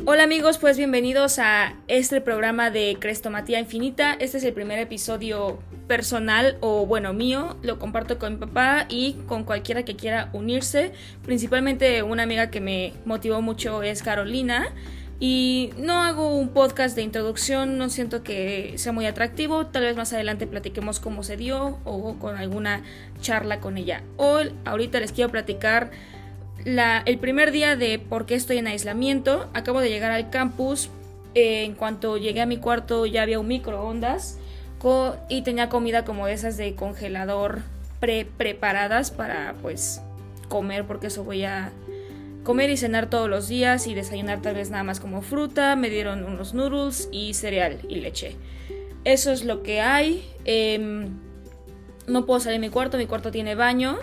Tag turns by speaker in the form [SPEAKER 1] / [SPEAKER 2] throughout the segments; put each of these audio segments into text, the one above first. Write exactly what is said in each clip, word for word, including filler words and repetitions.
[SPEAKER 1] Hola amigos, pues bienvenidos a este programa de Crestomatía Infinita. Este es el primer episodio personal, o bueno, mío. Lo comparto con mi papá y con cualquiera que quiera unirse. Principalmente una amiga que me motivó mucho es Carolina. Y no hago un podcast de introducción, no siento que sea muy atractivo. Tal vez más adelante platiquemos cómo se dio o con alguna charla con ella. Hoy, ahorita les quiero platicar La, el primer día de por qué estoy en aislamiento. Acabo de llegar al campus. Eh, en cuanto llegué a mi cuarto ya había un microondas co- y tenía comida como de esas de congelador pre preparadas para pues comer, porque eso voy a comer y cenar todos los días, y desayunar tal vez nada más como fruta. Me dieron unos noodles y cereal y leche. Eso es lo que hay. Eh, no puedo salir de mi cuarto, mi cuarto tiene baño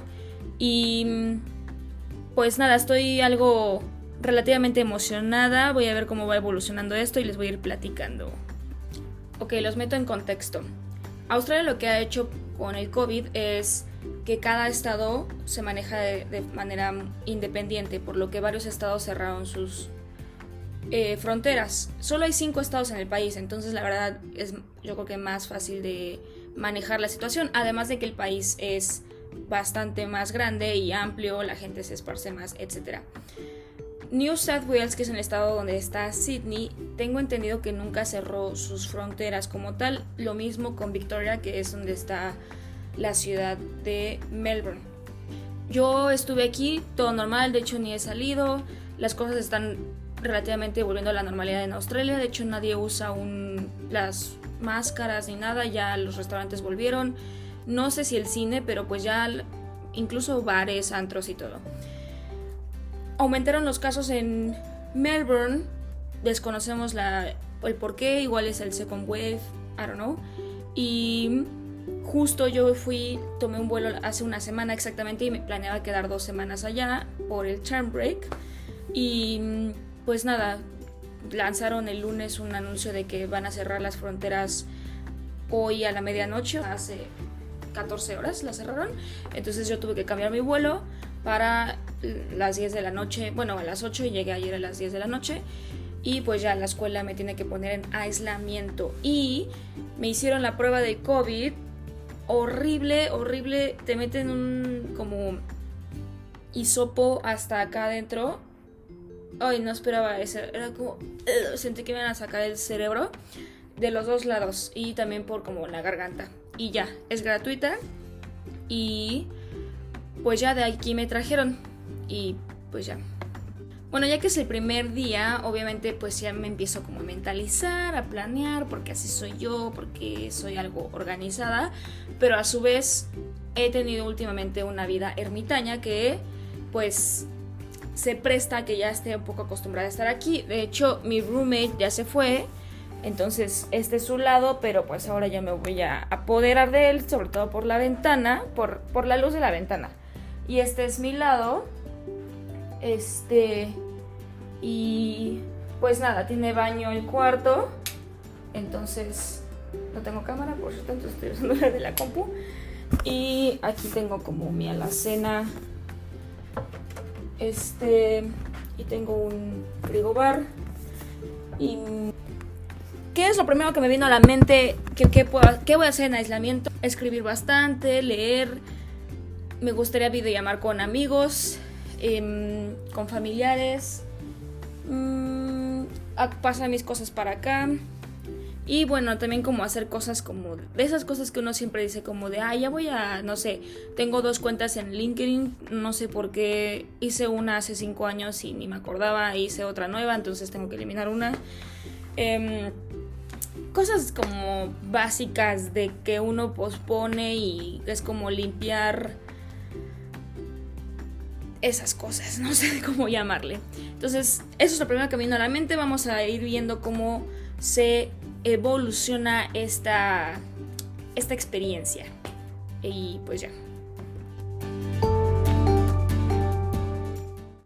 [SPEAKER 1] y pues nada, estoy algo relativamente emocionada. Voy a ver cómo va evolucionando esto y les voy a ir platicando. Ok, los meto en contexto. Australia lo que ha hecho con el COVID es que cada estado se maneja de, de manera independiente, por lo que varios estados cerraron sus eh, fronteras. Solo hay cinco estados en el país, entonces la verdad es yo creo que más fácil de manejar la situación, además de que el país es bastante más grande y amplio, la gente se esparce más, etcétera. New South Wales, que es el estado donde está Sydney, tengo entendido que nunca cerró sus fronteras como tal. Lo mismo con Victoria, que es donde está la ciudad de Melbourne. Yo estuve aquí, todo normal, de hecho ni he salido. Las cosas están relativamente volviendo a la normalidad en Australia. De hecho nadie usa un, las máscaras ni nada, ya los restaurantes volvieron. No sé si el cine, pero pues ya incluso bares, antros y todo. Aumentaron los casos en Melbourne. Desconocemos la, el por qué, igual es el second wave, I don't know. Y justo yo fui, tomé un vuelo hace una semana exactamente y me planeaba quedar dos semanas allá por el term break. Y pues nada, lanzaron el lunes un anuncio de que van a cerrar las fronteras hoy a la medianoche. Hace catorce horas la cerraron, entonces yo tuve que cambiar mi vuelo para las diez de la noche, bueno, a las ocho, y llegué ayer a las diez de la noche, y pues ya la escuela me tiene que poner en aislamiento. Y me hicieron la prueba de COVID, horrible, horrible, te meten un como hisopo hasta acá adentro. Ay, no esperaba eso, era como, uh, sentí que me iban a sacar el cerebro de los dos lados y también por como la garganta. Y ya, es gratuita. Y pues ya de aquí me trajeron. Y pues ya. Bueno, ya que es el primer día, obviamente pues ya me empiezo como a mentalizar, a planear, porque así soy yo, porque soy algo organizada. Pero a su vez he tenido últimamente una vida ermitaña que pues se presta a que ya esté un poco acostumbrada a estar aquí. De hecho, mi roommate ya se fue. Entonces este es su lado, pero pues ahora ya me voy a apoderar de él, sobre todo por la ventana, por, por la luz de la ventana. Y este es mi lado. Este. Y pues nada, tiene baño el cuarto. Entonces no tengo cámara, por cierto, entonces estoy usando la de la compu. Y aquí tengo como mi alacena. Este. Y tengo un frigobar. Y ¿qué es lo primero que me vino a la mente? ¿Qué, qué, puedo, ¿Qué voy a hacer en aislamiento? Escribir bastante, leer. Me gustaría videollamar con amigos, eh, con familiares. Mm, pasar mis cosas para acá. Y bueno, también como hacer cosas como de esas cosas que uno siempre dice, como de, ah, ya voy a, no sé, tengo dos cuentas en LinkedIn, no sé por qué hice una hace cinco años y ni me acordaba, hice otra nueva, entonces tengo que eliminar una. Eh, Cosas como básicas de que uno pospone y es como limpiar esas cosas, no sé cómo llamarle. Entonces, eso es lo primero que me vino a la mente. Vamos a ir viendo cómo se evoluciona esta, esta experiencia. Y pues ya.